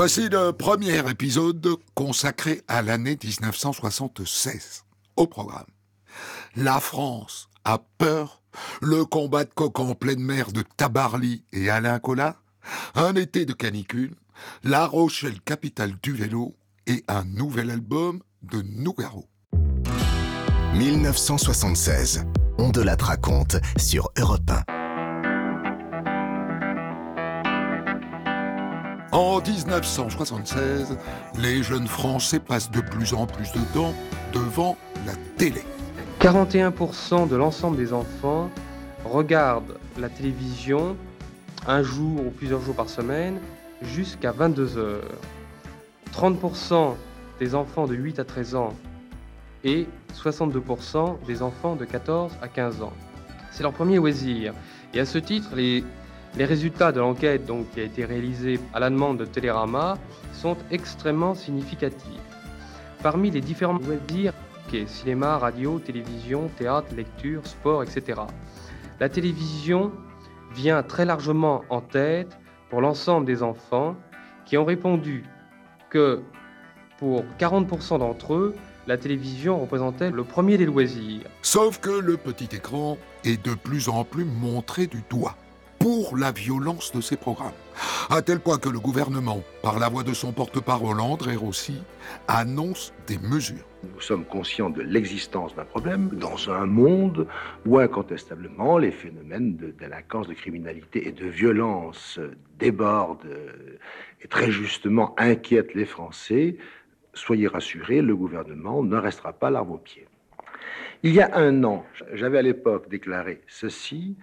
Voici le premier épisode consacré à l'année 1976. Au programme, la France a peur, le combat de coq en pleine mer de Tabarly et Alain Collat, un été de canicule, La Rochelle, capitale du vélo, et un nouvel album de Nougaro. 1976, On de la raconte sur Europe 1. En 1976, les jeunes Français passent de plus en plus de temps devant la télé. 41% de l'ensemble des enfants regardent la télévision un jour ou plusieurs jours par semaine jusqu'à 22 heures. 30% des enfants de 8 à 13 ans et 62% des enfants de 14 à 15 ans. C'est leur premier loisir. Et à ce titre, les résultats de l'enquête qui a été réalisée à la demande de Télérama sont extrêmement significatifs. Parmi les différents loisirs, cinéma, radio, télévision, théâtre, lecture, sport, etc. La télévision vient très largement en tête pour l'ensemble des enfants qui ont répondu que pour 40% d'entre eux, la télévision représentait le premier des loisirs. Sauf que le petit écran est de plus en plus montré du doigt pour la violence de ces programmes. À tel point que le gouvernement, par la voix de son porte-parole André Rossi, annonce des mesures. Nous sommes conscients de l'existence d'un problème dans un monde où incontestablement les phénomènes de délinquance, de criminalité et de violence débordent et très justement inquiètent les Français. Soyez rassurés, le gouvernement ne restera pas l'arbre au pied. Il y a un an, j'avais à l'époque déclaré ceci: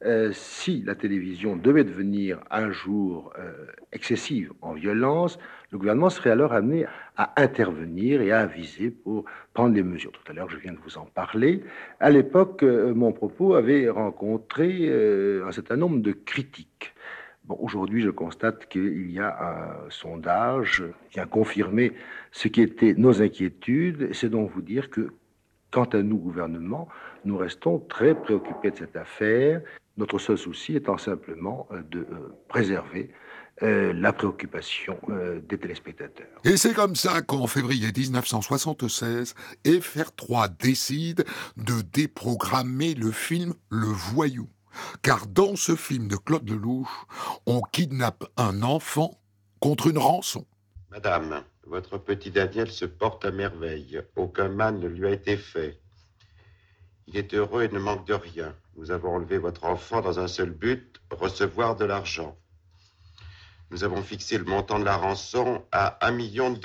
si la télévision devait devenir un jour excessive en violence, le gouvernement serait alors amené à intervenir et à aviser pour prendre les mesures. Tout à l'heure, je viens de vous en parler. À l'époque, mon propos avait rencontré un certain nombre de critiques. Bon, aujourd'hui, je constate qu'il y a un sondage qui a confirmé ce qui étaient nos inquiétudes. C'est donc vous dire que, quant à nous, gouvernement, nous restons très préoccupés de cette affaire. Notre seul souci étant simplement de préserver la préoccupation des téléspectateurs. Et c'est comme ça qu'en février 1976, FR3 décide de déprogrammer le film Le Voyou. Car dans ce film de Claude Lelouch, on kidnappe un enfant contre une rançon. Madame, votre petit Daniel se porte à merveille. Aucun mal ne lui a été fait. Il est heureux et ne manque de rien. Nous avons enlevé votre enfant dans un seul but, recevoir de l'argent. Nous avons fixé le montant de la rançon à $1 million.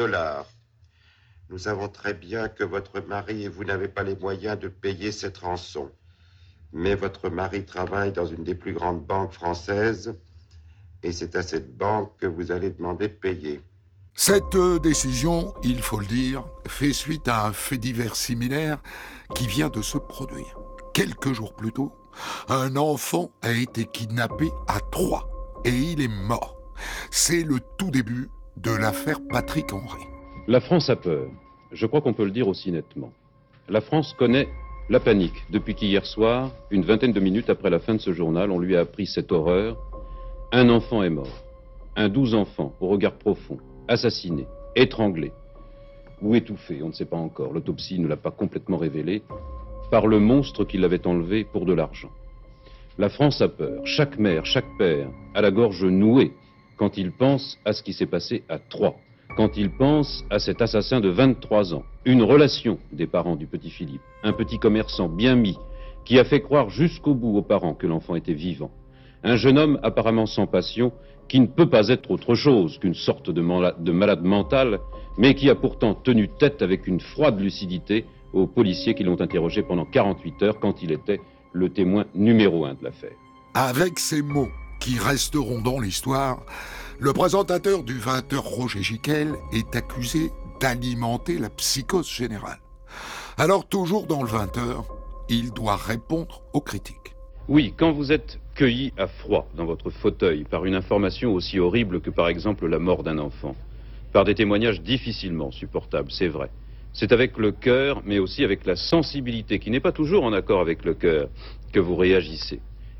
Nous savons très bien que votre mari et vous n'avez pas les moyens de payer cette rançon. Mais votre mari travaille dans une des plus grandes banques françaises et c'est à cette banque que vous allez demander de payer. Cette décision, il faut le dire, fait suite à un fait divers similaire qui vient de se produire. Quelques jours plus tôt, un enfant a été kidnappé à Troyes et il est mort. C'est le tout début de l'affaire Patrick Henry. La France a peur. Je crois qu'on peut le dire aussi nettement. La France connaît la panique depuis qu'hier soir, une vingtaine de minutes après la fin de ce journal, on lui a appris cette horreur. Un enfant est mort. Un 12 enfants, au regard profond, assassiné, étranglé ou étouffé, on ne sait pas encore. L'autopsie ne l'a pas complètement révélé, par le monstre qui l'avait enlevé pour de l'argent. La France a peur. Chaque mère, chaque père a la gorge nouée quand il pense à ce qui s'est passé à Troyes, quand il pense à cet assassin de 23 ans, une relation des parents du petit Philippe, un petit commerçant bien mis, qui a fait croire jusqu'au bout aux parents que l'enfant était vivant, un jeune homme apparemment sans passion, qui ne peut pas être autre chose qu'une sorte de malade mental, mais qui a pourtant tenu tête avec une froide lucidité aux policiers qui l'ont interrogé pendant 48 heures quand il était le témoin numéro 1 de l'affaire. Avec ces mots qui resteront dans l'histoire, le présentateur du 20h Roger Giquel est accusé d'alimenter la psychose générale. Alors toujours dans le 20h, il doit répondre aux critiques. Oui, quand vous êtes cueilli à froid dans votre fauteuil par une information aussi horrible que par exemple la mort d'un enfant, par des témoignages difficilement supportables, c'est vrai. C'est avec le cœur, mais aussi avec la sensibilité, qui n'est pas toujours en accord avec le cœur, que vous réagissez.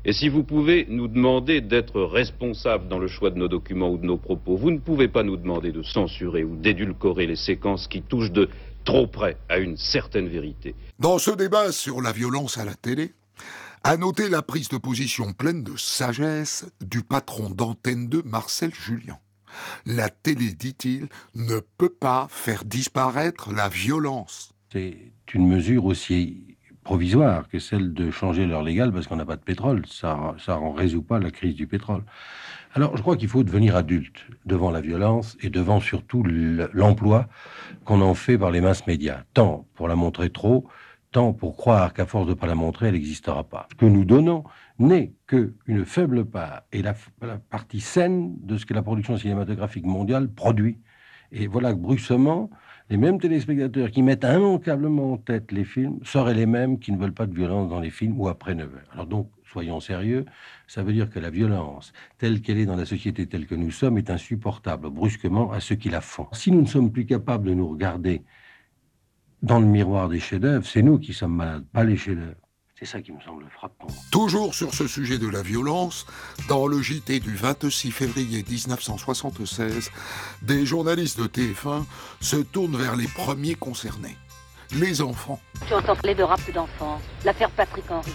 Et si vous pouvez nous demander d'être responsables dans le choix de nos documents ou de nos propos, vous ne pouvez pas nous demander de censurer ou d'édulcorer les séquences qui touchent de trop près à une certaine vérité. Dans ce débat sur la violence à la télé, à noter la prise de position pleine de sagesse du patron d'Antenne 2, Marcel Julien. La télé, dit-il, ne peut pas faire disparaître la violence. C'est une mesure aussi provisoire que celle de changer l'heure légale parce qu'on n'a pas de pétrole. Ça ne résout pas la crise du pétrole. Alors, je crois qu'il faut devenir adulte devant la violence et devant surtout l'emploi qu'on en fait par les masses médias. Tant pour la montrer trop, tant pour croire qu'à force de ne pas la montrer, elle n'existera pas. Ce que nous donnons n'est qu'une faible part et la partie saine de ce que la production cinématographique mondiale produit. Et voilà que brusquement, les mêmes téléspectateurs qui mettent immanquablement en tête les films seraient les mêmes qui ne veulent pas de violence dans les films ou après 9 heures. Alors donc, soyons sérieux, ça veut dire que la violence, telle qu'elle est dans la société telle que nous sommes, est insupportable brusquement à ceux qui la font. Si nous ne sommes plus capables de nous regarder dans le miroir des chefs-d'œuvre, c'est nous qui sommes malades, pas les chefs-d'œuvre. C'est ça qui me semble frappant. Toujours sur ce sujet de la violence, dans le JT du 26 février 1976, des journalistes de TF1 se tournent vers les premiers concernés, les enfants. Tu entends parler de rap d'enfants, l'affaire Patrick Henry.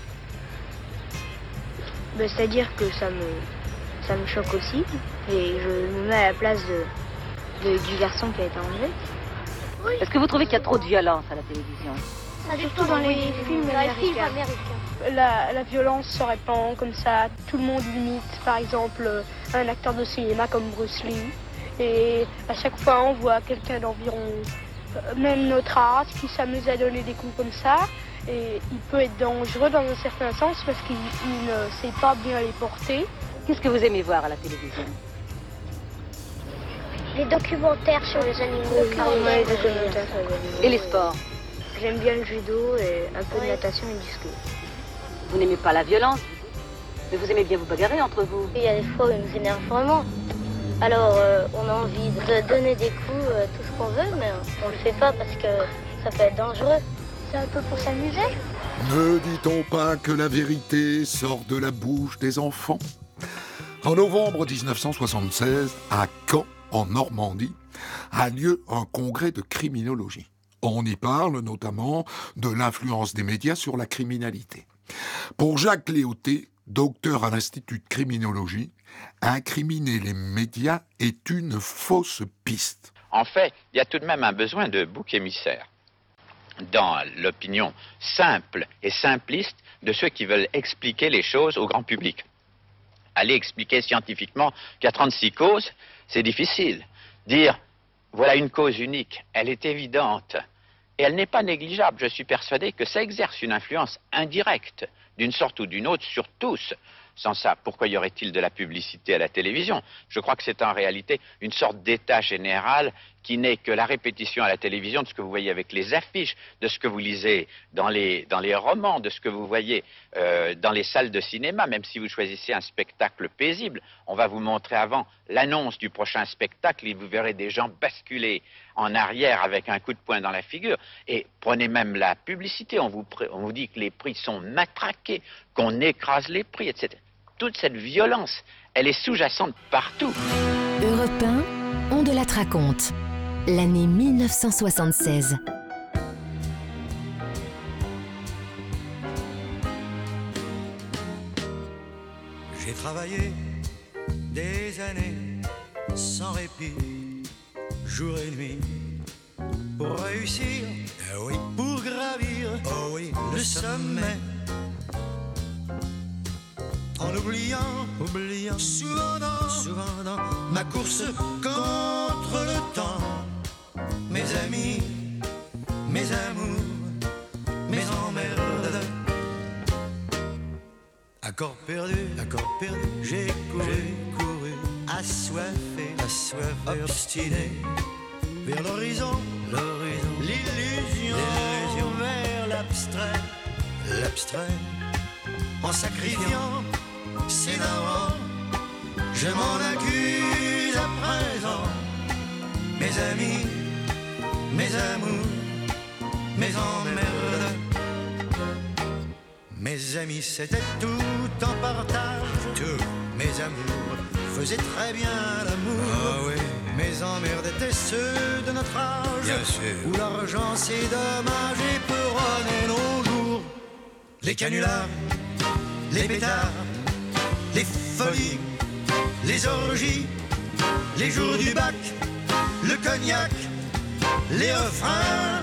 C'est-à-dire que ça me choque aussi, et je me mets à la place du garçon qui a été enlevé. Oui. Est-ce que vous trouvez qu'il y a trop de violence à la télévision? Surtout dans les films américains. La violence se répand comme ça, tout le monde limite, par exemple, un acteur de cinéma comme Bruce Lee. Et à chaque fois, on voit quelqu'un d'environ, même notre âge, qui s'amuse à donner des coups comme ça. Et il peut être dangereux dans un certain sens parce qu'il ne sait pas bien les porter. Qu'est-ce que vous aimez voir à la télévision? Les documentaires sur les animaux. Et les sports? J'aime bien le judo et un peu de natation et du ski. Vous n'aimez pas la violence, mais vous aimez bien vous bagarrer entre vous. Il y a des fois où ils nous énervent vraiment. Alors on a envie de donner des coups, tout ce qu'on veut, mais on le fait pas parce que ça peut être dangereux. C'est un peu pour s'amuser. Ne dit-on pas que la vérité sort de la bouche des enfants? En novembre 1976, à Caen, en Normandie, a lieu un congrès de criminologie. On y parle notamment de l'influence des médias sur la criminalité. Pour Jacques Léoté, docteur à l'Institut de criminologie, incriminer les médias est une fausse piste. En fait, il y a tout de même un besoin de bouc émissaire dans l'opinion simple et simpliste de ceux qui veulent expliquer les choses au grand public. Aller expliquer scientifiquement qu'il y a 36 causes, c'est difficile. Dire, voilà une cause unique, elle est évidente, et elle n'est pas négligeable. Je suis persuadé que ça exerce une influence indirecte, d'une sorte ou d'une autre, sur tous. Sans ça, pourquoi y aurait-il de la publicité à la télévision? Je crois que c'est en réalité une sorte d'état général qui n'est que la répétition à la télévision de ce que vous voyez avec les affiches, de ce que vous lisez dans les romans, de ce que vous voyez dans les salles de cinéma. Même si vous choisissez un spectacle paisible, on va vous montrer avant l'annonce du prochain spectacle et vous verrez des gens basculer en arrière avec un coup de poing dans la figure. Et prenez même la publicité, on vous dit que les prix sont matraqués, qu'on écrase les prix, etc. Toute cette violence, elle est sous-jacente partout. Europe 1, on de la raconte. L'année 1976. J'ai travaillé des années sans répit, jour et nuit, pour réussir, oui, pour gravir, oh oui, le sommet. En oubliant souvent dans ma course contre le temps, mes amis, mes amours, mes emmerdes. Accord perdu, j'ai couru, assoiffé, obstiné, vers l'horizon, l'illusion, vers l'abstrait, en sacrifiant ses darons, je m'en accuse à présent. Mes amis, mes amours, mes emmerdes, mes Mes amis, c'était tout en partage. Tous mes amours faisaient très bien l'amour. Ah oui. Mes emmerdes étaient ceux de notre âge. Bien sûr. Où l'argent c'est dommage et peut runner nos jours. Les canulars, les pétards, les folies, les orgies, les jours du bac, le cognac, les refrains.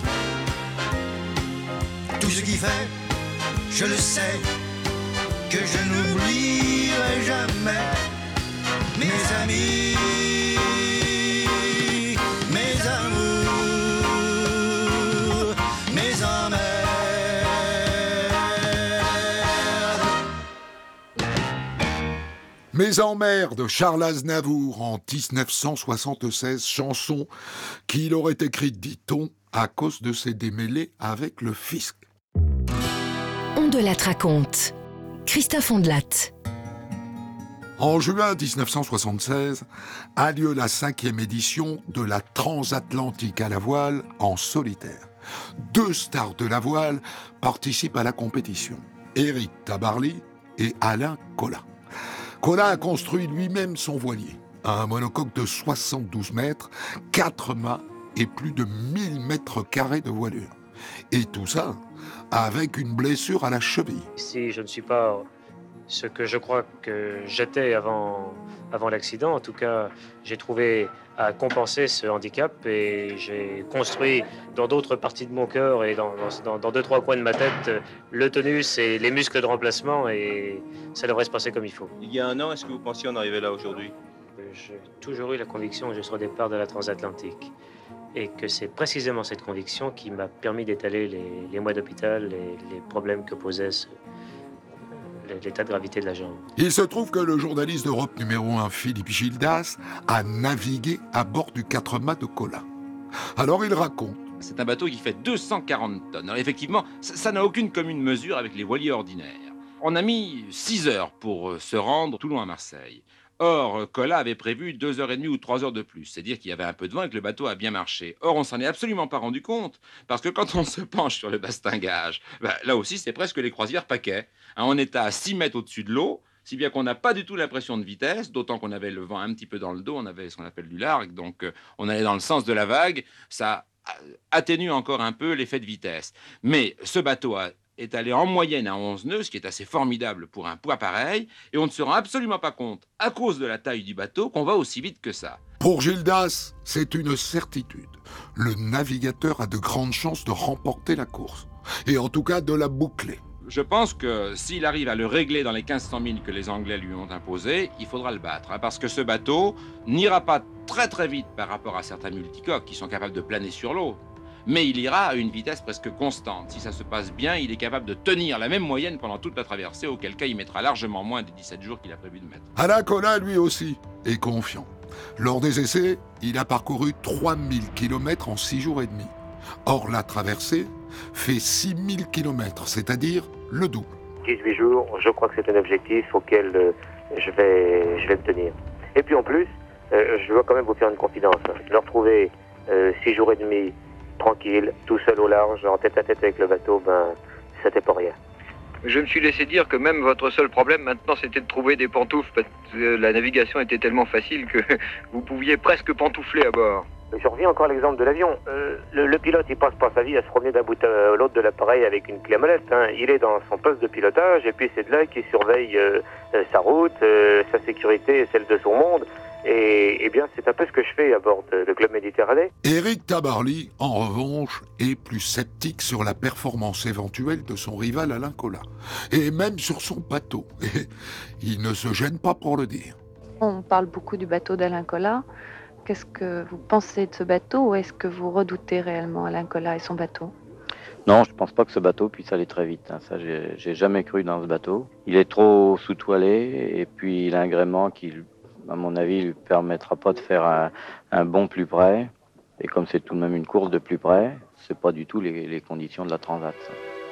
Tout ce qui fait, je le sais, que je n'oublierai jamais mes amis, mes amours, mes emmerdes. Mes emmerdes, Charles Aznavour en 1976, chanson qu'il aurait écrite, dit-on, à cause de ses démêlés avec le fisc. On de la raconte. Christophe Ondelat. En juin 1976 a lieu la 5e édition de la transatlantique à la voile en solitaire. 2 stars de la voile participent à la compétition, Éric Tabarly et Alain Colas. Colas a construit lui-même son voilier, un monocoque de 72 mètres, 4 mâts et plus de 1000 mètres carrés de voilure. Et tout ça avec une blessure à la cheville. Si je ne suis pas ce que je crois que j'étais avant l'accident, en tout cas, j'ai trouvé à compenser ce handicap et j'ai construit dans d'autres parties de mon cœur et dans 2-3 coins de ma tête le tonus et les muscles de remplacement et ça devrait se passer comme il faut. Il y a un an, est-ce que vous pensiez en arriver là aujourd'hui? J'ai toujours eu la conviction que je serais au départ de la transatlantique et que c'est précisément cette conviction qui m'a permis d'étaler les mois d'hôpital et les problèmes que posait l'état de gravité de la jambe. Il se trouve que le journaliste d'Europe numéro 1, Philippe Gildas, a navigué à bord du 4 mâts de Colas. Alors il raconte. C'est un bateau qui fait 240 tonnes. Alors effectivement, ça n'a aucune commune mesure avec les voiliers ordinaires. On a mis 6 heures pour se rendre tout loin à Marseille. Or, Colas avait prévu 2h30 ou 3 heures de plus. C'est-à-dire qu'il y avait un peu de vent et que le bateau a bien marché. Or, on s'en est absolument pas rendu compte, parce que quand on se penche sur le bastingage, là aussi, c'est presque les croisières paquets. On est à 6 mètres au-dessus de l'eau, si bien qu'on n'a pas du tout l'impression de vitesse, d'autant qu'on avait le vent un petit peu dans le dos, on avait ce qu'on appelle du largue, donc on allait dans le sens de la vague, ça atténue encore un peu l'effet de vitesse. Mais ce bateau est allé en moyenne à 11 nœuds, ce qui est assez formidable pour un poids pareil, et on ne se rend absolument pas compte, à cause de la taille du bateau, qu'on va aussi vite que ça. Pour Gildas, c'est une certitude. Le navigateur a de grandes chances de remporter la course, et en tout cas de la boucler. Je pense que s'il arrive à le régler dans les 1500 milles que les Anglais lui ont imposés, il faudra le battre, parce que ce bateau n'ira pas très très vite par rapport à certains multicoques qui sont capables de planer sur l'eau. Mais il ira à une vitesse presque constante. Si ça se passe bien, il est capable de tenir la même moyenne pendant toute la traversée, auquel cas il mettra largement moins des 17 jours qu'il a prévu de mettre. Alain Colas, lui aussi, est confiant. Lors des essais, il a parcouru 3000 km en 6 jours et demi. Or, la traversée fait 6000 km, c'est-à-dire le double. 18 jours, je crois que c'est un objectif auquel je vais me tenir. Et puis en plus, je dois quand même vous faire une confidence. Le retrouver 6 jours et demi, tranquille, tout seul au large, en tête à tête avec le bateau, c'était pas rien. Je me suis laissé dire que même votre seul problème maintenant c'était de trouver des pantoufles parce que la navigation était tellement facile que vous pouviez presque pantoufler à bord. Je reviens encore à l'exemple de l'avion. Le pilote, il passe pas sa vie à se promener d'un bout à l'autre de l'appareil avec une clé à molette. Il est dans son poste de pilotage et puis c'est de là qu'il surveille sa route, sa sécurité et celle de son monde. Et bien, c'est un peu ce que je fais à bord de Club Méditerranée. Éric Tabarly, en revanche, est plus sceptique sur la performance éventuelle de son rival Alain Colas. Et même sur son bateau. Et il ne se gêne pas pour le dire. On parle beaucoup du bateau d'Alain Colas. Qu'est-ce que vous pensez de ce bateau ou est-ce que vous redoutez réellement Alain Colas et son bateau? Non, je ne pense pas que ce bateau puisse aller très vite. Ça, j'ai jamais cru dans ce bateau. Il est trop sous-toilé et puis il a un gréement qui, à mon avis, lui permettra pas de faire un bond plus près. Et comme c'est tout de même une course de plus près, c'est pas du tout les conditions de la Transat. Ça.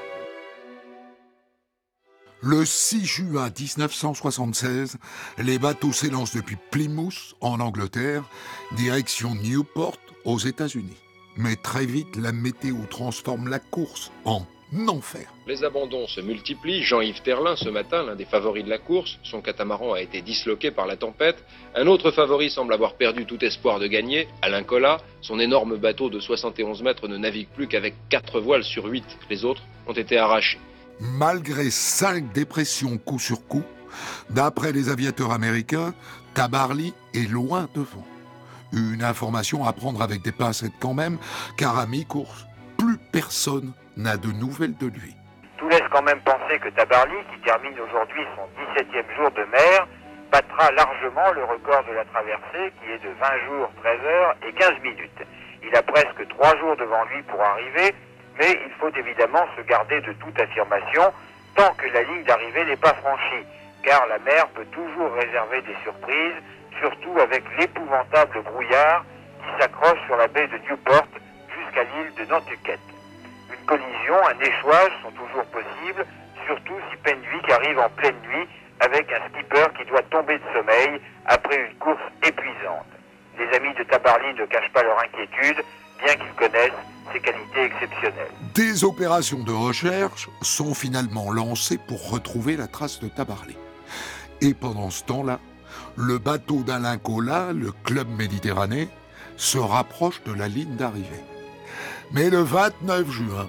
Le 6 juin 1976, les bateaux s'élancent depuis Plymouth, en Angleterre, direction Newport, aux États-Unis. Mais très vite, la météo transforme la course en non faire. Les abandons se multiplient. Jean-Yves Terlin, ce matin, l'un des favoris de la course, son catamaran a été disloqué par la tempête. Un autre favori semble avoir perdu tout espoir de gagner, Alain Colas. Son énorme bateau de 71 mètres ne navigue plus qu'avec 4 voiles sur 8. Les autres ont été arrachés. Malgré 5 dépressions coup sur coup, d'après les aviateurs américains, Tabarly est loin devant. Une information à prendre avec des pincettes quand même, car à mi-course, plus personne n'a de nouvelles de lui. Tout laisse quand même penser que Tabarly, qui termine aujourd'hui son 17e jour de mer, battra largement le record de la traversée qui est de 20 jours, 13 heures et 15 minutes. Il a presque 3 jours devant lui pour arriver, mais il faut évidemment se garder de toute affirmation tant que la ligne d'arrivée n'est pas franchie, car la mer peut toujours réserver des surprises, surtout avec l'épouvantable brouillard qui s'accroche sur la baie de Newport jusqu'à l'île de Nantucket. Une collision, un échouage sont toujours possibles, surtout si Penwick arrive en pleine nuit avec un skipper qui doit tomber de sommeil après une course épuisante. Les amis de Tabarly ne cachent pas leur inquiétude, bien qu'ils connaissent ses qualités exceptionnelles. Des opérations de recherche sont finalement lancées pour retrouver la trace de Tabarly. Et pendant ce temps-là, le bateau d'Alain Colas, le Club Méditerranée, se rapproche de la ligne d'arrivée. Mais le 29 juin,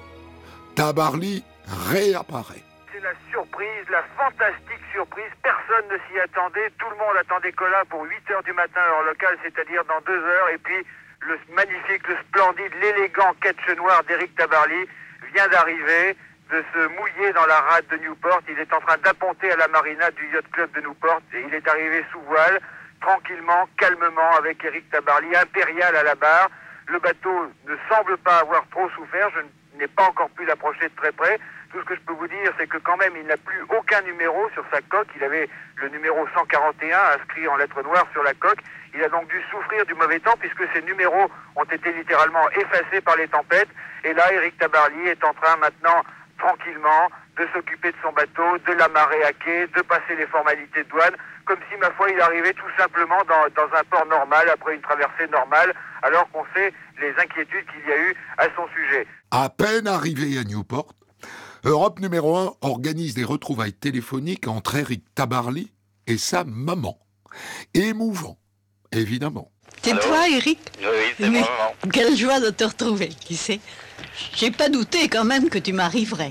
Tabarly réapparaît. C'est la surprise, la fantastique surprise. Personne ne s'y attendait. Tout le monde attendait Colas pour 8h du matin heure locale, c'est-à-dire dans 2 heures. Et puis, le magnifique, le splendide, l'élégant ketch noir d'Éric Tabarly vient d'arriver, de se mouiller dans la rade de Newport. Il est en train d'apponter à la marina du Yacht Club de Newport et il est arrivé sous voile, tranquillement, calmement, avec Éric Tabarly, impérial à la barre. Le bateau ne semble pas avoir trop souffert, je n'ai pas encore pu l'approcher de très près. Tout ce que je peux vous dire, c'est que quand même, il n'a plus aucun numéro sur sa coque. Il avait le numéro 141 inscrit en lettres noires sur la coque. Il a donc dû souffrir du mauvais temps puisque ses numéros ont été littéralement effacés par les tempêtes. Et là, Éric Tabarly est en train maintenant, tranquillement, de s'occuper de son bateau, de l'amarrer à quai, de passer les formalités de douane, comme si, ma foi, il arrivait tout simplement dans un port normal, après une traversée normale, alors qu'on sait les inquiétudes qu'il y a eu à son sujet. À peine arrivé à Newport, Europe numéro 1 organise des retrouvailles téléphoniques entre Éric Tabarly et sa maman. Émouvant, évidemment. C'est toi, Éric? Oui, c'est moi, maman. Quelle joie de te retrouver, qui sait. J'ai pas douté quand même que tu m'arriverais.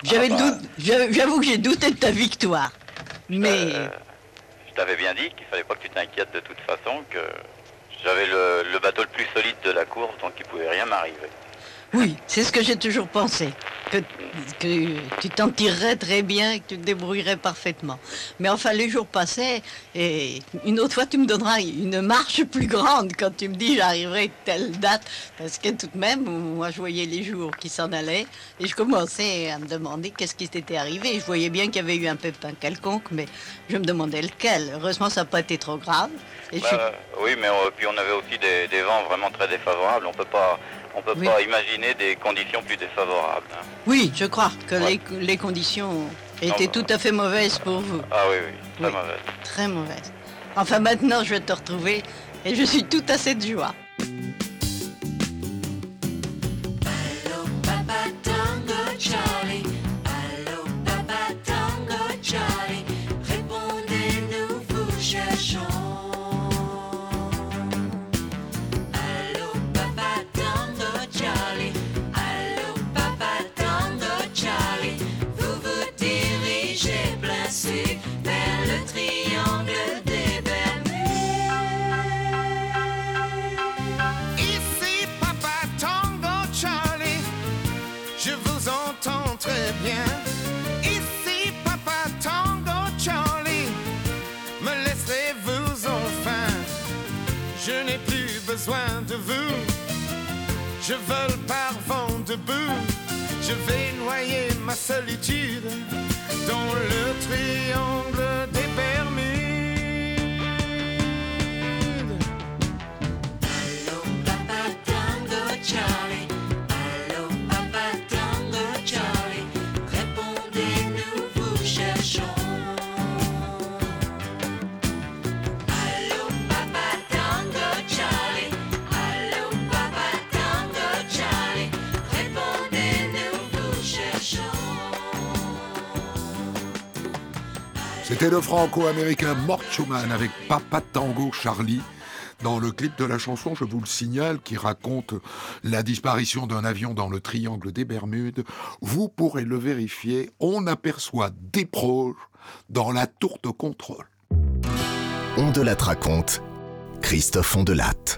J'avoue que j'ai douté de ta victoire. Mais... je t'avais bien dit qu'il fallait pas que tu t'inquiètes de toute façon, que j'avais le bateau le plus solide de la course, donc il pouvait rien m'arriver. Oui, c'est ce que j'ai toujours pensé, que tu t'en tirerais très bien et que tu te débrouillerais parfaitement. Mais enfin, les jours passaient et une autre fois, tu me donneras une marche plus grande quand tu me dis j'arriverai telle date. Parce que tout de même, moi, je voyais les jours qui s'en allaient et je commençais à me demander qu'est-ce qui s'était arrivé. Je voyais bien qu'il y avait eu un pépin quelconque, mais je me demandais lequel. Heureusement, ça n'a pas été trop grave. Et oui, mais puis on avait aussi des vents vraiment très défavorables. On peut pas imaginer des conditions plus défavorables. Hein. Oui, je crois que les conditions étaient tout à fait mauvaises pour vous. Ah oui, très mauvaises. Très mauvaises. Enfin, maintenant, je vais te retrouver et je suis tout à cette joie. Allô, Papa Tango Charlie. Allô, Papa Tango Charlie. Répondez-nous, vous cherchons. Besoin de vous, je vole par vent debout, je vais noyer ma solitude dans le triangle des Bermudes. Allô, Papa Tango Charlie. Allô, Papa Tango Charlie. Répondez-nous, vous cherchons. Show. C'était le franco-américain Mort Schumann avec Papa Tango Charlie. Dans le clip de la chanson, je vous le signale, qui raconte la disparition d'un avion dans le triangle des Bermudes, vous pourrez le vérifier, on aperçoit des proches dans la tour de contrôle. On de la raconte, Christophe Ondelatte.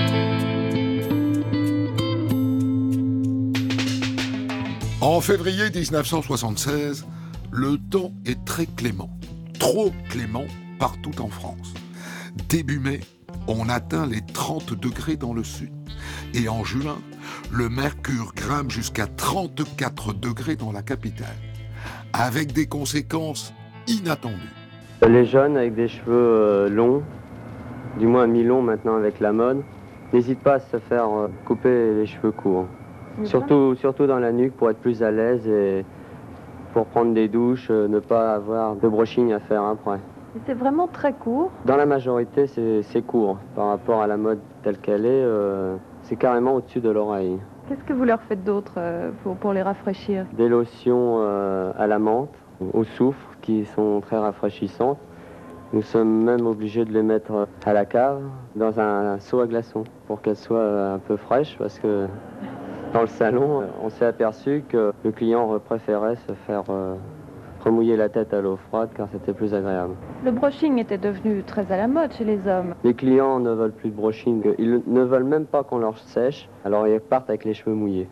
En février 1976, le temps est très clément, trop clément partout en France. Début mai, on atteint les 30 degrés dans le sud. Et en juin, le mercure grimpe jusqu'à 34 degrés dans la capitale, avec des conséquences inattendues. Les jeunes avec des cheveux longs, du moins mi-longs maintenant avec la mode, n'hésitent pas à se faire couper les cheveux courts. Surtout dans la nuque pour être plus à l'aise et pour prendre des douches, ne pas avoir de brushing à faire après. C'est vraiment très court. Dans la majorité, c'est court. Par rapport à la mode telle qu'elle est, c'est carrément au-dessus de l'oreille. Qu'est-ce que vous leur faites d'autre pour les rafraîchir? Des lotions à la menthe, au soufre, qui sont très rafraîchissantes. Nous sommes même obligés de les mettre à la cave, dans un seau à glaçons, pour qu'elles soient un peu fraîches, parce que dans le salon, on s'est aperçu que le client préférait se faire remouiller la tête à l'eau froide car c'était plus agréable. Le brushing était devenu très à la mode chez les hommes. Les clients ne veulent plus de brushing, ils ne veulent même pas qu'on leur sèche, alors ils partent avec les cheveux mouillés.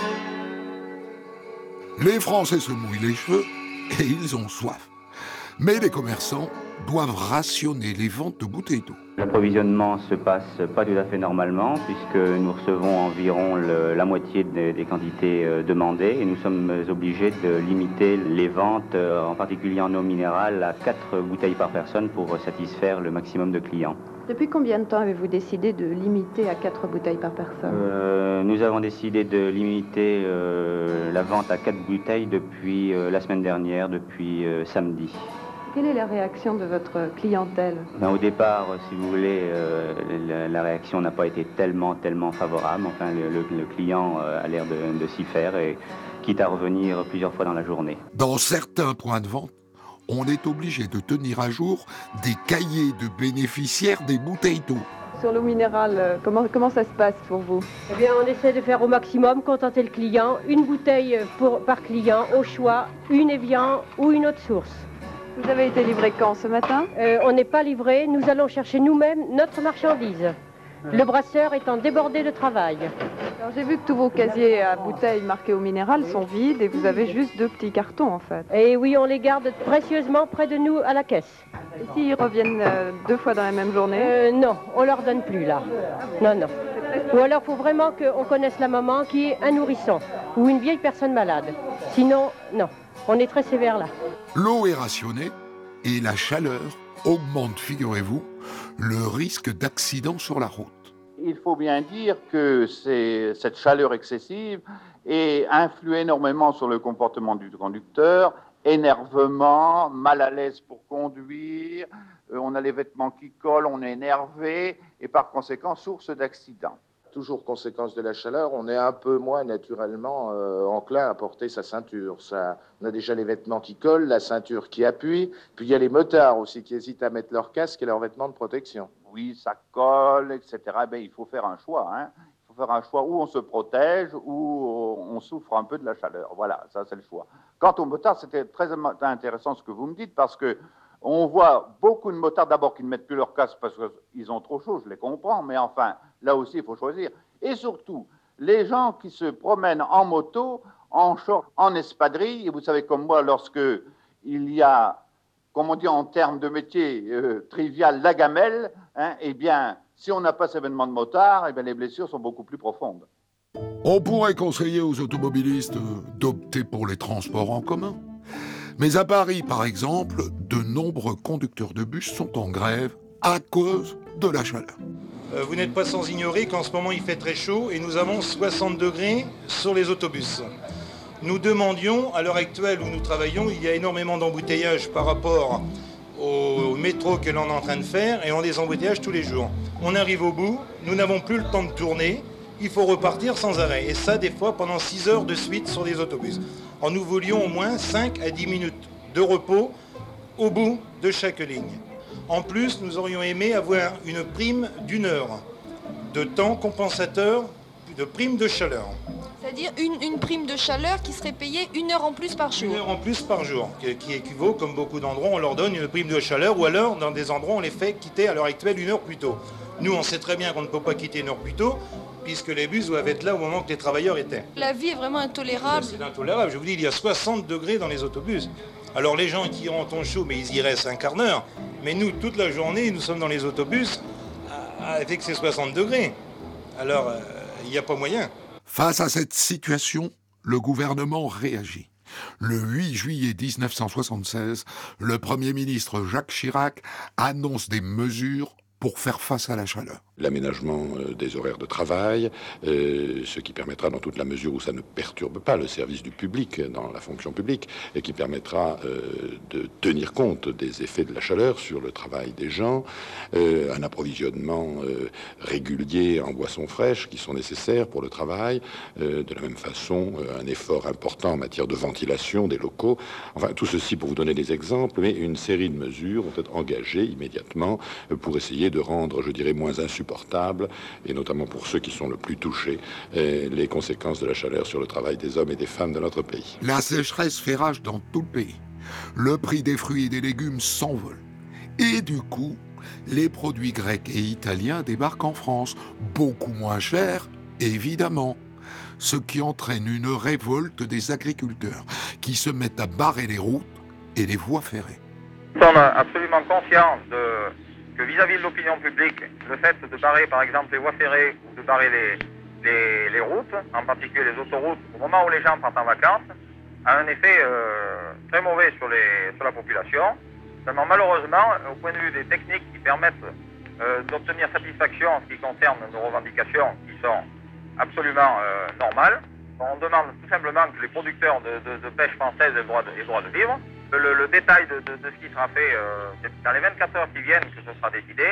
Les Français se mouillent les cheveux et ils ont soif. Mais les commerçants doivent rationner les ventes de bouteilles d'eau. L'approvisionnement se passe pas tout à fait normalement puisque nous recevons environ la moitié des quantités demandées et nous sommes obligés de limiter les ventes, en particulier en eau minérale, à 4 bouteilles par personne pour satisfaire le maximum de clients. Depuis combien de temps avez-vous décidé de limiter à 4 bouteilles par personne? Nous avons décidé de limiter la vente à 4 bouteilles depuis la semaine dernière, depuis samedi. Quelle est la réaction de votre clientèle? Au départ, si vous voulez, la réaction n'a pas été tellement favorable. Enfin, le client a l'air de s'y faire et quitte à revenir plusieurs fois dans la journée. Dans certains points de vente, on est obligé de tenir à jour des cahiers de bénéficiaires des bouteilles d'eau. Sur l'eau minérale, comment ça se passe pour vous? Eh bien, on essaie de faire au maximum, contenter le client. Une bouteille par client, au choix, une Evian ou une autre source. Vous avez été livré quand, ce matin? On n'est pas livré, nous allons chercher nous-mêmes notre marchandise. Le brasseur étant débordé de travail. Alors j'ai vu que tous vos casiers à bouteilles marqués au minéral sont vides et vous avez juste 2 petits cartons en fait. Et oui, on les garde précieusement près de nous à la caisse. Et s'ils reviennent 2 fois dans la même journée? Non, on leur donne plus là. Non. Ou alors il faut vraiment qu'on connaisse la maman qui est un nourrisson ou une vieille personne malade. Sinon, non. On est très sévère là. L'eau est rationnée et la chaleur augmente, figurez-vous, le risque d'accident sur la route. Il faut bien dire que cette chaleur excessive influe énormément sur le comportement du conducteur, énervement, mal à l'aise pour conduire, on a les vêtements qui collent, on est énervé et par conséquent source d'accident. Toujours conséquence de la chaleur, on est un peu moins naturellement enclin à porter sa ceinture. On a déjà les vêtements qui collent, la ceinture qui appuie, puis il y a les motards aussi qui hésitent à mettre leur casque et leurs vêtements de protection. Oui, ça colle, etc. Il faut faire un choix. Il faut faire un choix où on se protège, où on souffre un peu de la chaleur. Voilà, ça c'est le choix. Quant aux motards, c'était très intéressant ce que vous me dites parce que on voit beaucoup de motards d'abord qui ne mettent plus leur casque parce qu'ils ont trop chaud, je les comprends, mais enfin, là aussi, il faut choisir. Et surtout, les gens qui se promènent en moto, en short, en espadrille, et vous savez comme moi, lorsque il y a, comme on dit en termes de métier trivial, la gamelle, eh bien, si on n'a pas cet événement de motard, eh bien, les blessures sont beaucoup plus profondes. On pourrait conseiller aux automobilistes d'opter pour les transports en commun. Mais à Paris, par exemple, de nombreux conducteurs de bus sont en grève à cause de la chaleur. Vous n'êtes pas sans ignorer qu'en ce moment il fait très chaud et nous avons 60 degrés sur les autobus. Nous demandions, à l'heure actuelle où nous travaillons, il y a énormément d'embouteillages par rapport au métro que l'on est en train de faire et on a des embouteillages tous les jours. On arrive au bout, nous n'avons plus le temps de tourner, il faut repartir sans arrêt. Et ça, des fois, pendant 6 heures de suite sur les autobus. Alors, nous voulions au moins 5 à 10 minutes de repos au bout de chaque ligne. En plus, nous aurions aimé avoir une prime d'1 heure de temps compensateur de prime de chaleur. C'est-à-dire une prime de chaleur qui serait payée 1 heure en plus par jour. 1 heure en plus par jour, qui équivaut, comme beaucoup d'endroits, on leur donne une prime de chaleur, ou alors, dans des endroits, on les fait quitter à l'heure actuelle 1 heure plus tôt. Nous, on sait très bien qu'on ne peut pas quitter 1 heure plus tôt, puisque les bus doivent être là au moment que les travailleurs étaient. La vie est vraiment intolérable. C'est intolérable. Je vous dis, il y a 60 degrés dans les autobus. Alors les gens qui iront en ton chaud, mais ils y restent un quart d'heure. Mais nous, toute la journée, nous sommes dans les autobus avec ces 60 degrés. Alors, il n'y a pas moyen. Face à cette situation, le gouvernement réagit. Le 8 juillet 1976, le Premier ministre Jacques Chirac annonce des mesures pour faire face à la chaleur. L'aménagement des horaires de travail, ce qui permettra, dans toute la mesure où ça ne perturbe pas le service du public dans la fonction publique, et qui permettra de tenir compte des effets de la chaleur sur le travail des gens, un approvisionnement régulier en boissons fraîches qui sont nécessaires pour le travail, de la même façon un effort important en matière de ventilation des locaux. Enfin, tout ceci pour vous donner des exemples, mais une série de mesures vont être engagées immédiatement pour essayer de rendre, je dirais, moins insupportable, et notamment pour ceux qui sont le plus touchés, les conséquences de la chaleur sur le travail des hommes et des femmes de notre pays. La sécheresse fait rage dans tout le pays. Le prix des fruits et des légumes s'envole. Et du coup, les produits grecs et italiens débarquent en France, beaucoup moins chers, évidemment. Ce qui entraîne une révolte des agriculteurs, qui se mettent à barrer les routes et les voies ferrées. Nous sommes absolument conscients que vis-à-vis de l'opinion publique, le fait de barrer par exemple les voies ferrées ou de barrer les routes, en particulier les autoroutes, au moment où les gens partent en vacances, a un effet très mauvais sur la population. Seulement malheureusement, au point de vue des techniques qui permettent d'obtenir satisfaction en ce qui concerne nos revendications qui sont absolument normales, on demande tout simplement que les producteurs de pêche française aient le droit de vivre. Le détail de ce qui sera fait, c'est dans les 24 heures qui viennent que ce sera décidé,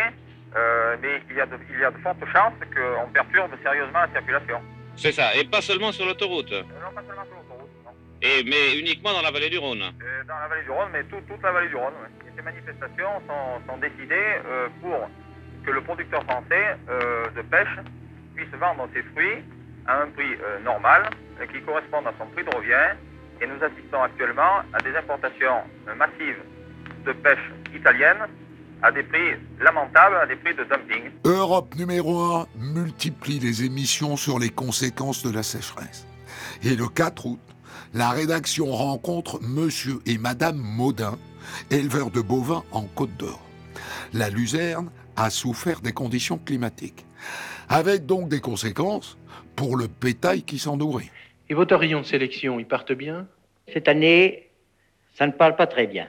mais il y a de fortes chances qu'on perturbe sérieusement la circulation. C'est ça, et pas seulement sur l'autoroute. Non, pas seulement sur l'autoroute, non. Mais uniquement dans la vallée du Rhône. Dans la vallée du Rhône, mais toute la vallée du Rhône. Ouais. Et ces manifestations sont décidées pour que le producteur français de pêche puisse vendre ses fruits à un prix normal, qui corresponde à son prix de revient. Et nous assistons actuellement à des importations massives de pêche italienne à des prix lamentables, à des prix de dumping. Europe numéro 1 multiplie les émissions sur les conséquences de la sécheresse. Et le 4 août, la rédaction rencontre Monsieur et Madame Maudin, éleveurs de bovins en Côte d'Or. La luzerne a souffert des conditions climatiques, avec donc des conséquences pour le bétail qui s'en nourrit. Et vos taurillons de sélection, ils partent bien? Cette année, ça ne parle pas très bien.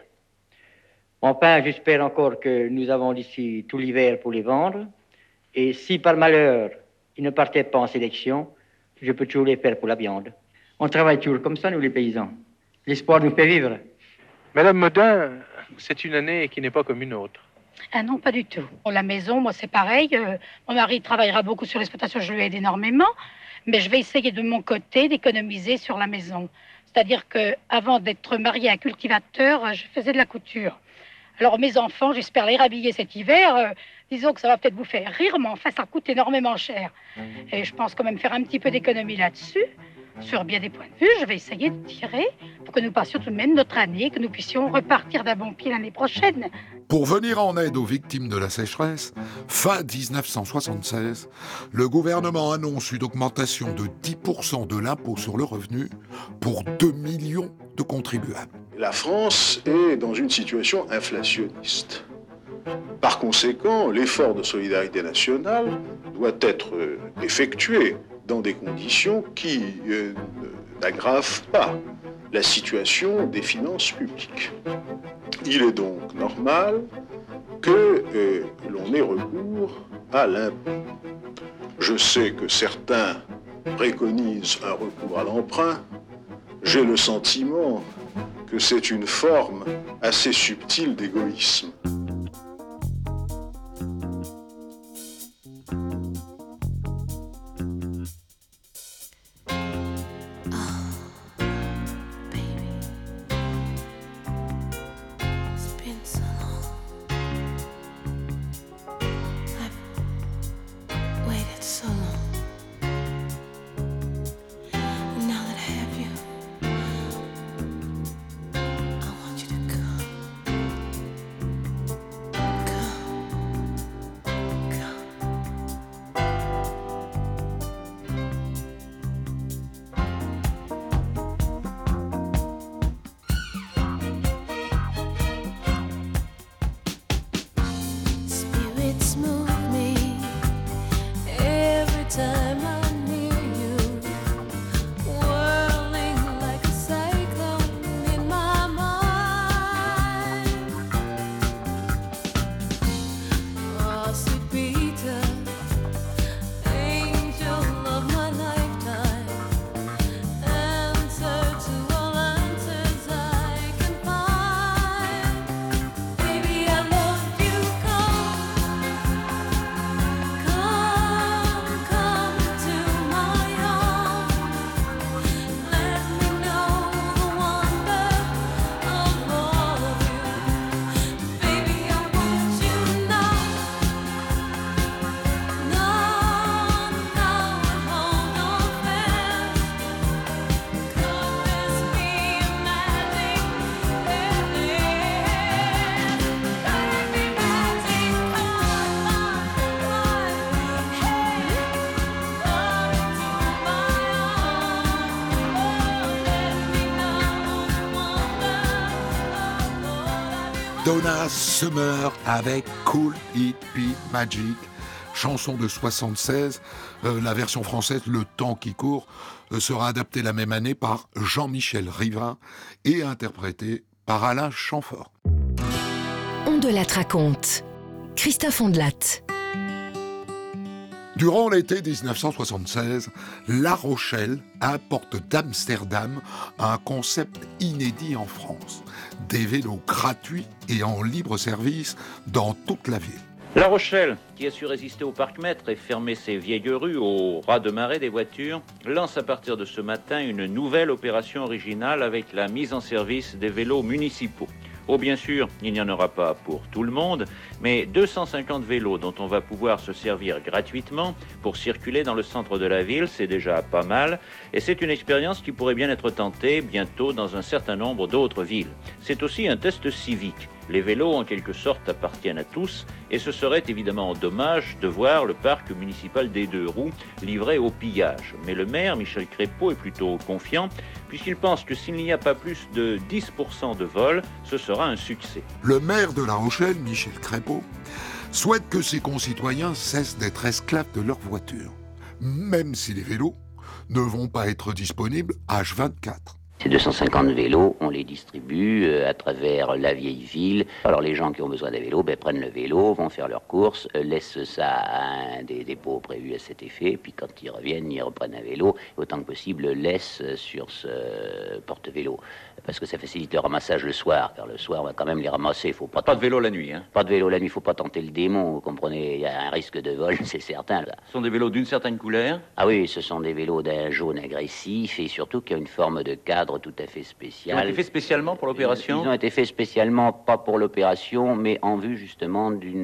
Enfin, j'espère encore que nous avons d'ici tout l'hiver pour les vendre. Et si par malheur, ils ne partaient pas en sélection, je peux toujours les faire pour la viande. On travaille toujours comme ça, nous les paysans. L'espoir nous fait vivre. Madame Maudin, c'est une année qui n'est pas comme une autre. Ah non, pas du tout. Pour la maison, moi, c'est pareil. Mon mari travaillera beaucoup sur l'exploitation, je lui aide énormément. Mais je vais essayer de mon côté d'économiser sur la maison. C'est-à-dire qu'avant d'être mariée à un cultivateur, je faisais de la couture. Alors mes enfants, j'espère les rhabiller cet hiver. Disons que ça va peut-être vous faire rire, mais enfin ça coûte énormément cher. Et je pense quand même faire un petit peu d'économie là-dessus. Sur bien des points de vue, je vais essayer de tirer pour que nous passions tout de même notre année, que nous puissions repartir d'un bon pied l'année prochaine. Pour venir en aide aux victimes de la sécheresse, fin 1976, le gouvernement annonce une augmentation de 10% de l'impôt sur le revenu pour 2 millions de contribuables. La France est dans une situation inflationniste. Par conséquent, l'effort de solidarité nationale doit être effectué dans des conditions qui n'aggravent pas la situation des finances publiques. Il est donc normal que l'on ait recours à l'impôt. Je sais que certains préconisent un recours à l'emprunt. J'ai le sentiment que c'est une forme assez subtile d'égoïsme. Donna Summer avec Could It Be Magic, chanson de 76. La version française, Le temps qui court, sera adaptée la même année par Jean-Michel Rivin et interprétée par Alain Chamfort. On de la raconte. Christophe Ondelat. Durant l'été 1976, La Rochelle importe d'Amsterdam un concept inédit en France. Des vélos gratuits et en libre service dans toute la ville. La Rochelle, qui a su résister au parc-mètre et fermer ses vieilles rues au ras de marée des voitures, lance à partir de ce matin une nouvelle opération originale avec la mise en service des vélos municipaux. Oh, bien sûr, il n'y en aura pas pour tout le monde, mais 250 vélos dont on va pouvoir se servir gratuitement pour circuler dans le centre de la ville, c'est déjà pas mal. Et c'est une expérience qui pourrait bien être tentée bientôt dans un certain nombre d'autres villes. C'est aussi un test civique. Les vélos, en quelque sorte, appartiennent à tous et ce serait évidemment dommage de voir le parc municipal des Deux Roues livré au pillage. Mais le maire, Michel Crépeau, est plutôt confiant puisqu'il pense que s'il n'y a pas plus de 10% de vols, ce sera un succès. Le maire de La Rochelle, Michel Crépeau, souhaite que ses concitoyens cessent d'être esclaves de leur voiture, même si les vélos ne vont pas être disponibles H24. Ces 250 vélos, on les distribue à travers la vieille ville. Alors les gens qui ont besoin d'un vélo prennent le vélo, vont faire leurs courses, laissent ça à un des dépôts prévus à cet effet, puis quand ils reviennent, ils reprennent un vélo, et autant que possible le laissent sur ce porte-vélo. Parce que ça facilite le ramassage le soir, car le soir on va quand même les ramasser. Il faut pas de vélo la nuit, hein. Pas de vélo la nuit, il ne faut pas tenter le démon, vous comprenez, il y a un risque de vol, c'est certain. Là. Ce sont des vélos d'une certaine couleur? Ah oui, ce sont des vélos d'un jaune agressif, et surtout qui ont une forme de cadre tout à fait spécial. Ils ont été faits spécialement pour l'opération? Ils ont été faits spécialement, pas pour l'opération, mais en vue justement d'une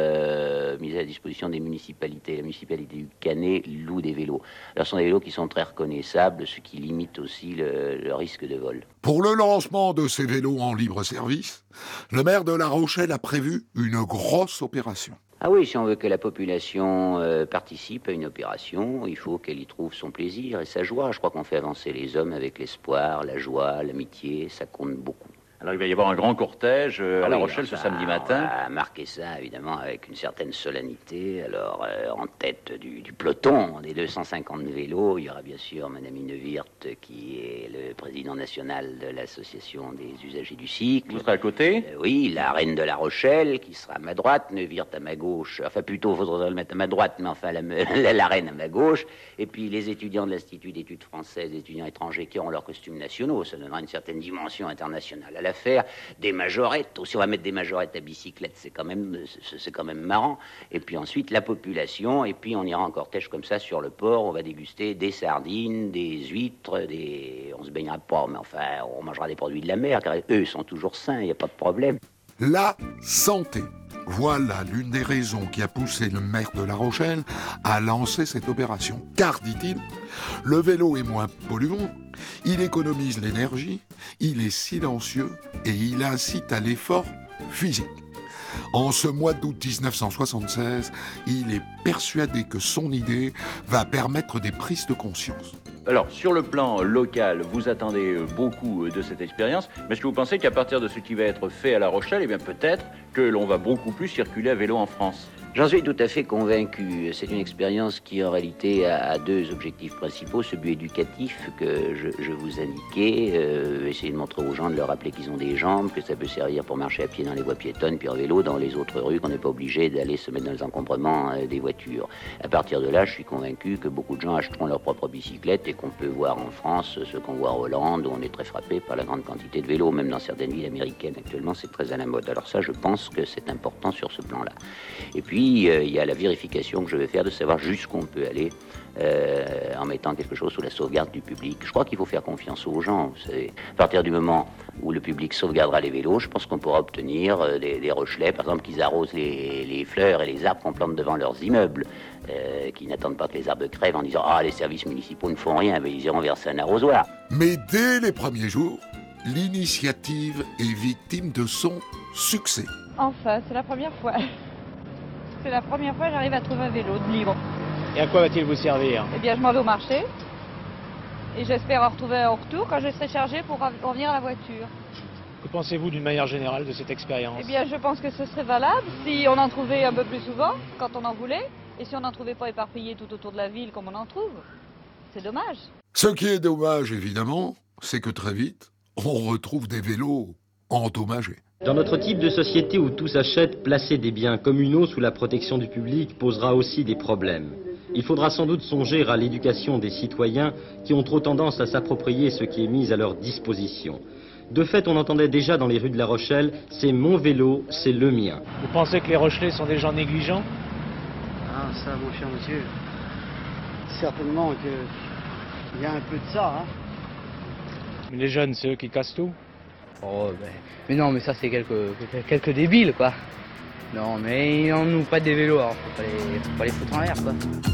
mise à disposition des municipalités. La municipalité du Canet loue des vélos. Alors ce sont des vélos qui sont très reconnaissables, ce qui limite aussi le risque de vol. Pour le lancement de ces vélos en libre service, le maire de La Rochelle a prévu une grosse opération. Ah oui, si on veut que la population participe à une opération, il faut qu'elle y trouve son plaisir et sa joie. Je crois qu'on fait avancer les hommes avec l'espoir, la joie, l'amitié, ça compte beaucoup. Alors il va y avoir un grand cortège à La Rochelle ce samedi matin. On va marquer ça évidemment avec une certaine solennité. Alors en tête du peloton des 250 vélos, il y aura bien sûr Madame Neuwirth qui est le président national de l'association des usagers du cycle. Vous serez à côté? Oui, la reine de La Rochelle qui sera à ma droite, Neuwirth à ma gauche. Enfin plutôt, il faudrait le mettre à ma droite, mais enfin la reine à ma gauche. Et puis les étudiants de l'Institut d'études françaises, les étudiants étrangers qui auront leurs costumes nationaux. Ça donnera une certaine dimension internationale à l'affaire. Des majorettes, aussi on va mettre des majorettes à bicyclette, c'est quand même marrant. Et puis ensuite la population, et puis on ira en cortège comme ça sur le port, on va déguster des sardines, des huîtres, on se baignera pas, mais enfin on mangera des produits de la mer, car eux sont toujours sains, il n'y a pas de problème. La santé. Voilà l'une des raisons qui a poussé le maire de La Rochelle à lancer cette opération. Car, dit-il, le vélo est moins polluant, il économise l'énergie, il est silencieux et il incite à l'effort physique. En ce mois d'août 1976, il est persuadé que son idée va permettre des prises de conscience. Alors, sur le plan local, vous attendez beaucoup de cette expérience, mais est-ce que vous pensez qu'à partir de ce qui va être fait à La Rochelle, eh bien peut-être que l'on va beaucoup plus circuler à vélo en France? J'en suis tout à fait convaincu. C'est une expérience qui, en réalité, a deux objectifs principaux. Ce but éducatif que je vous indiquais, essayer de montrer aux gens, de leur rappeler qu'ils ont des jambes, que ça peut servir pour marcher à pied dans les voies piétonnes, puis en vélo dans les autres rues, qu'on n'est pas obligé d'aller se mettre dans les encombrements des voitures. À partir de là, je suis convaincu que beaucoup de gens achèteront leur propre bicyclette et qu'on peut voir en France ce qu'on voit en Hollande, où on est très frappé par la grande quantité de vélos, même dans certaines villes américaines. Actuellement, c'est très à la mode. Alors ça, je pense que c'est important sur ce plan-là. Et puis, il y a la vérification que je vais faire de savoir jusqu'où on peut aller en mettant quelque chose sous la sauvegarde du public. Je crois qu'il faut faire confiance aux gens. À partir du moment où le public sauvegardera les vélos, je pense qu'on pourra obtenir des Rochelais, par exemple, qu'ils arrosent les fleurs et les arbres qu'on plante devant leurs immeubles, qui n'attendent pas que les arbres crèvent en disant « Ah, les services municipaux ne font rien, mais ils iront verser un arrosoir ». Mais dès les premiers jours, l'initiative est victime de son succès. Enfin, c'est la première fois. C'est la première fois que j'arrive à trouver un vélo de libre. Et à quoi va-t-il vous servir? Eh bien, je m'en vais au marché. Et j'espère en retrouver un au retour quand je serai chargée pour revenir à la voiture. Que pensez-vous d'une manière générale de cette expérience? Eh bien, je pense que ce serait valable si on en trouvait un peu plus souvent, quand on en voulait, et si on n'en trouvait pas éparpillé tout autour de la ville comme on en trouve. C'est dommage. Ce qui est dommage, évidemment, c'est que très vite, on retrouve des vélos endommagés. Dans notre type de société où tout s'achète, placer des biens communaux sous la protection du public posera aussi des problèmes. Il faudra sans doute songer à l'éducation des citoyens qui ont trop tendance à s'approprier ce qui est mis à leur disposition. De fait, on entendait déjà dans les rues de La Rochelle, c'est mon vélo, c'est le mien. Vous pensez que les Rochelais sont des gens négligents? Ah, ça, mon cher monsieur, certainement qu'il y a un peu de ça, hein. Mais les jeunes, c'est eux qui cassent tout? Oh, mais non, mais ça, c'est quelques débiles, quoi. Non, mais on nous prête des vélos, alors faut pas les foutre en l'air, quoi.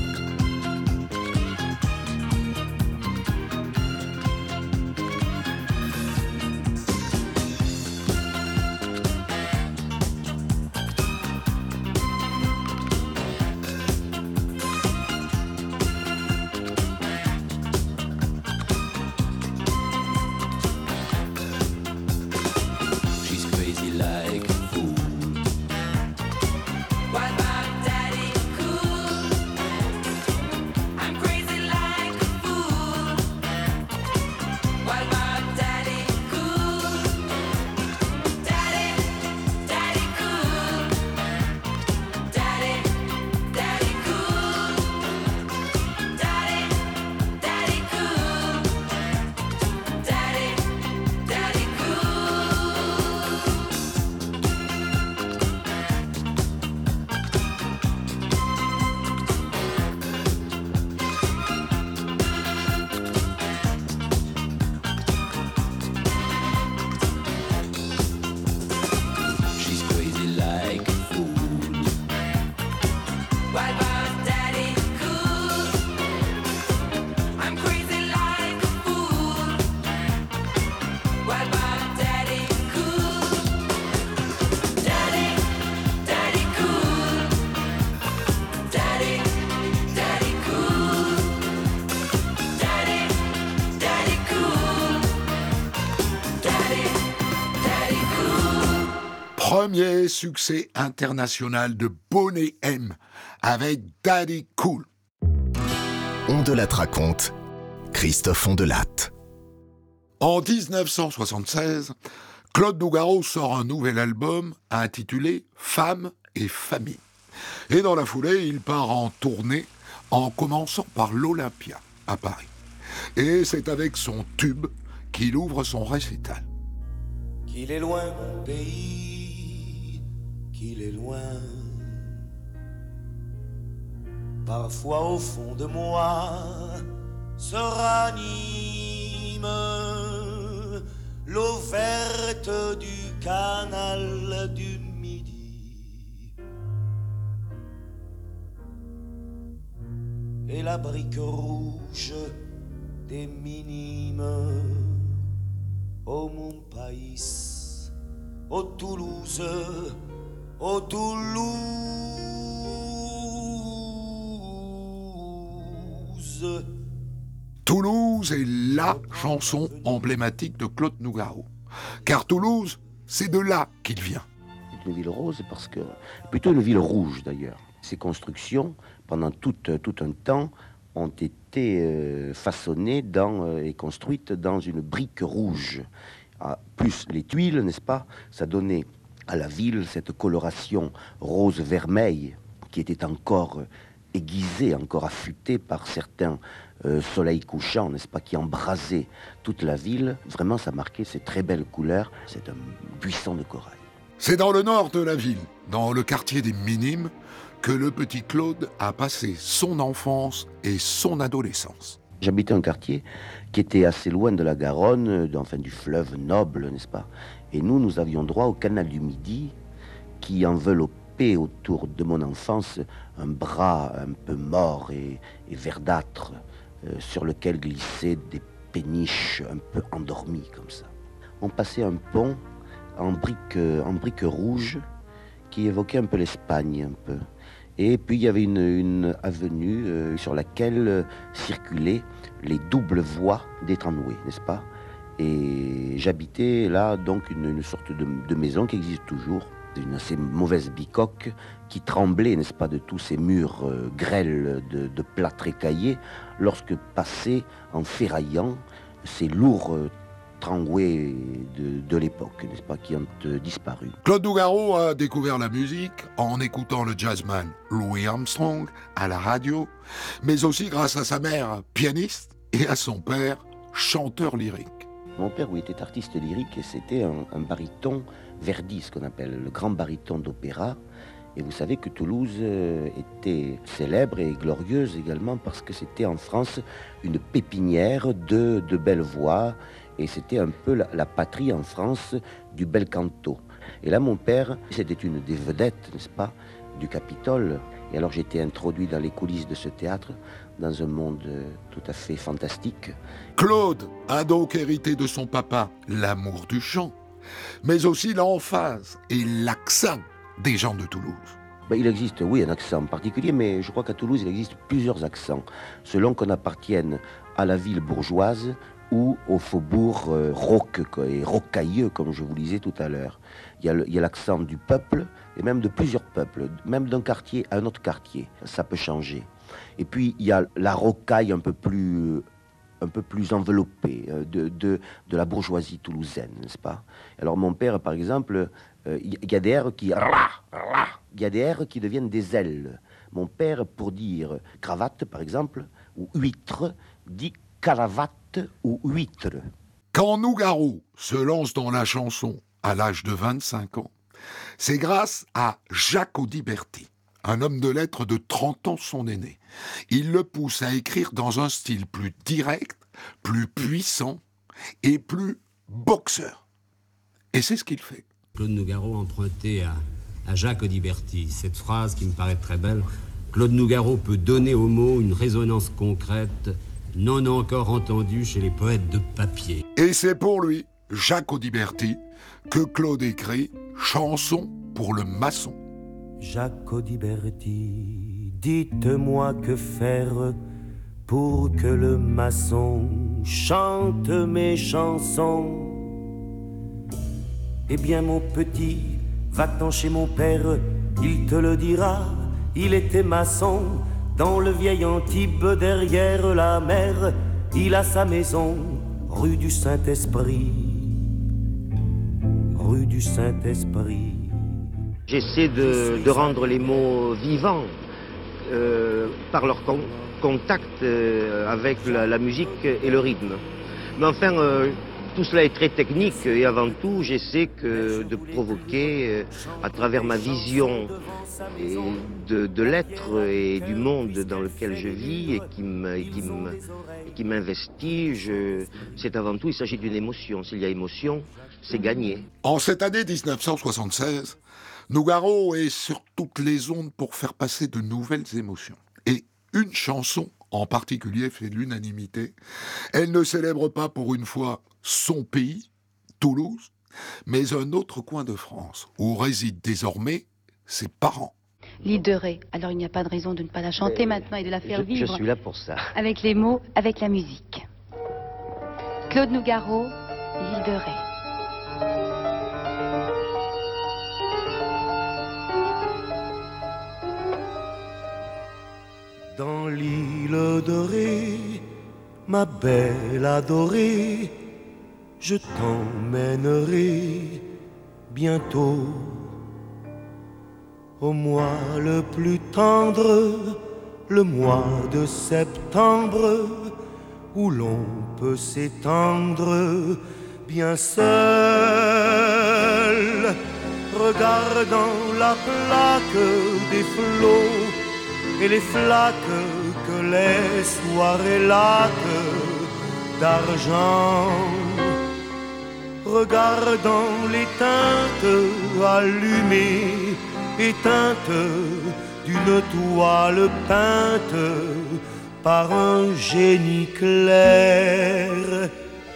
Premier succès international de Boney M avec Daddy Cool. On de la raconte, Christophe Ondelat. En 1976, Claude Nougaro sort un nouvel album intitulé Femmes et Famille. Et dans la foulée, il part en tournée en commençant par l'Olympia à Paris. Et c'est avec son tube qu'il ouvre son récital. Qu'il est loin mon pays, qu'il est loin. Parfois au fond de moi se ranime l'eau verte du canal du Midi et la brique rouge des minimes. Ô mon pays, ô Toulouse, ô Toulouse. Toulouse est la chanson emblématique de Claude Nougaro. Car Toulouse, c'est de là qu'il vient. C'est une ville rose parce que... plutôt une ville rouge d'ailleurs. Ces constructions, pendant tout un temps, ont été façonnées et construites dans une brique rouge. Plus les tuiles, n'est-ce pas? Ça donnait à la ville cette coloration rose-vermeil qui était encore aiguisée, encore affûtée par certains soleils couchants, n'est-ce pas, qui embrasaient toute la ville. Vraiment, ça marquait ces très belles couleurs. C'est un buisson de corail. C'est dans le nord de la ville, dans le quartier des Minimes, que le petit Claude a passé son enfance et son adolescence. J'habitais un quartier qui était assez loin de la Garonne, enfin du fleuve Noble, n'est-ce pas? Et nous avions droit au canal du Midi qui enveloppait autour de mon enfance un bras un peu mort et verdâtre sur lequel glissaient des péniches un peu endormies comme ça. On passait un pont en briques rouges qui évoquait un peu l'Espagne, un peu. Et puis il y avait une avenue sur laquelle circulaient les doubles voies des tramways, n'est-ce pas? Et j'habitais là donc une sorte de maison qui existe toujours, une assez mauvaise bicoque qui tremblait, n'est-ce pas, de tous ces murs grêles de plâtre écaillé lorsque passaient en ferraillant ces lourds tramways de l'époque, n'est-ce pas, qui ont disparu. Claude Nougaro a découvert la musique en écoutant le jazzman Louis Armstrong à la radio, mais aussi grâce à sa mère, pianiste, et à son père, chanteur lyrique. Mon père, oui, était artiste lyrique et c'était un baryton Verdi, ce qu'on appelle le grand baryton d'opéra. Et vous savez que Toulouse était célèbre et glorieuse également parce que c'était en France une pépinière de belles voix et c'était un peu la patrie en France du bel canto. Et là, mon père, c'était une des vedettes, n'est-ce pas, du Capitole. Et alors j'ai été introduit dans les coulisses de ce théâtre, dans un monde tout à fait fantastique. Claude a donc hérité de son papa l'amour du chant, mais aussi l'emphase et l'accent des gens de Toulouse. Il existe, oui, un accent particulier, mais je crois qu'à Toulouse, il existe plusieurs accents, selon qu'on appartienne à la ville bourgeoise ou au faubourg rauque et rocailleux, comme je vous le disais tout à l'heure. Il y a l'accent du peuple, et même de plusieurs peuples, même d'un quartier à un autre quartier. Ça peut changer. Et puis, il y a la rocaille un peu plus enveloppée de la bourgeoisie toulousaine, n'est-ce pas? Alors, mon père, par exemple, il y a des R qui... Il y a des R qui deviennent des L. Mon père, pour dire cravate, par exemple, ou huître, dit caravate ou huître. Quand Nougaro se lance dans la chanson à l'âge de 25 ans, c'est grâce à Jacques Audiberti, un homme de lettres de 30 ans son aîné. Il le pousse à écrire dans un style plus direct, plus puissant et plus boxeur. Et c'est ce qu'il fait. Claude Nougaro empruntait à Jacques Audiberti cette phrase qui me paraît très belle. Claude Nougaro peut donner aux mots une résonance concrète, non encore entendue chez les poètes de papier. Et c'est pour lui, Jacques Audiberti, que Claude écrit « Chanson pour le maçon ». Jacques Audiberti, dites-moi que faire pour que le maçon chante mes chansons. Eh bien mon petit, va-t'en chez mon père, il te le dira, il était maçon. Dans le vieil Antibes, derrière la mer, il a sa maison, rue du Saint-Esprit. Rue du Saint-Esprit. J'essaie de rendre les mots vivants par leur contact avec la musique et le rythme. Mais enfin, tout cela est très technique et avant tout, j'essaie de provoquer, à travers ma vision de l'être et du monde dans lequel je vis et qui m'investit, c'est avant tout, il s'agit d'une émotion. S'il y a émotion, c'est gagné. En cette année 1976, Nougaro est sur toutes les ondes pour faire passer de nouvelles émotions. Et une chanson en particulier fait l'unanimité. Elle ne célèbre pas pour une fois son pays, Toulouse, mais un autre coin de France où résident désormais ses parents. L'île de Ré. Alors il n'y a pas de raison de ne pas la chanter maintenant et de la faire vivre. Je suis là pour ça. Avec les mots, avec la musique. Claude Nougaro, l'île de Ré. Dans l'île de Ré, ma belle adorée, je t'emmènerai bientôt au mois le plus tendre, le mois de septembre, où l'on peut s'étendre bien seul, regardant la plaque des flots et les flaques que les soirées laques d'argent, regardant les teintes allumées, éteintes d'une toile peinte par un génie clair.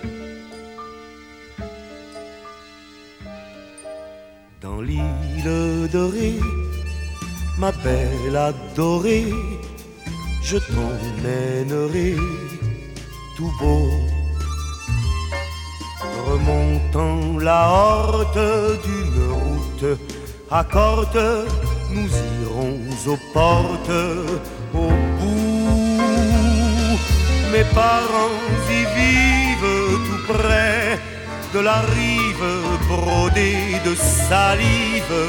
Dans l'île de Ré, ma belle adorée, je t'emmènerai tout beau Remontant la horte d'une route accorde, nous irons aux portes au bout. Mes parents y vivent tout près de la rive brodée de salive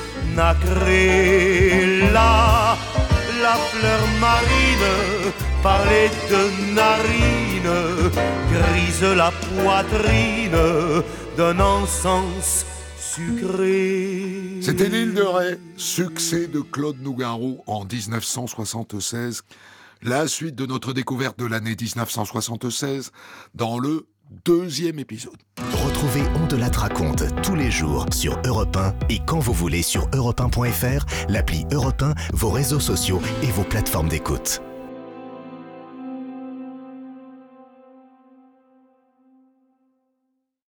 nacrée. Là, la fleur marine parlait de narines, grise la poitrine d'un encens sucré. C'était l'île de Ré, succès de Claude Nougaro en 1976. La suite de notre découverte de l'année 1976 dans le deuxième épisode. Retrouvez On de la raconte tous les jours sur Europe 1 et quand vous voulez sur europe1.fr, l'appli Europe 1, vos réseaux sociaux et vos plateformes d'écoute.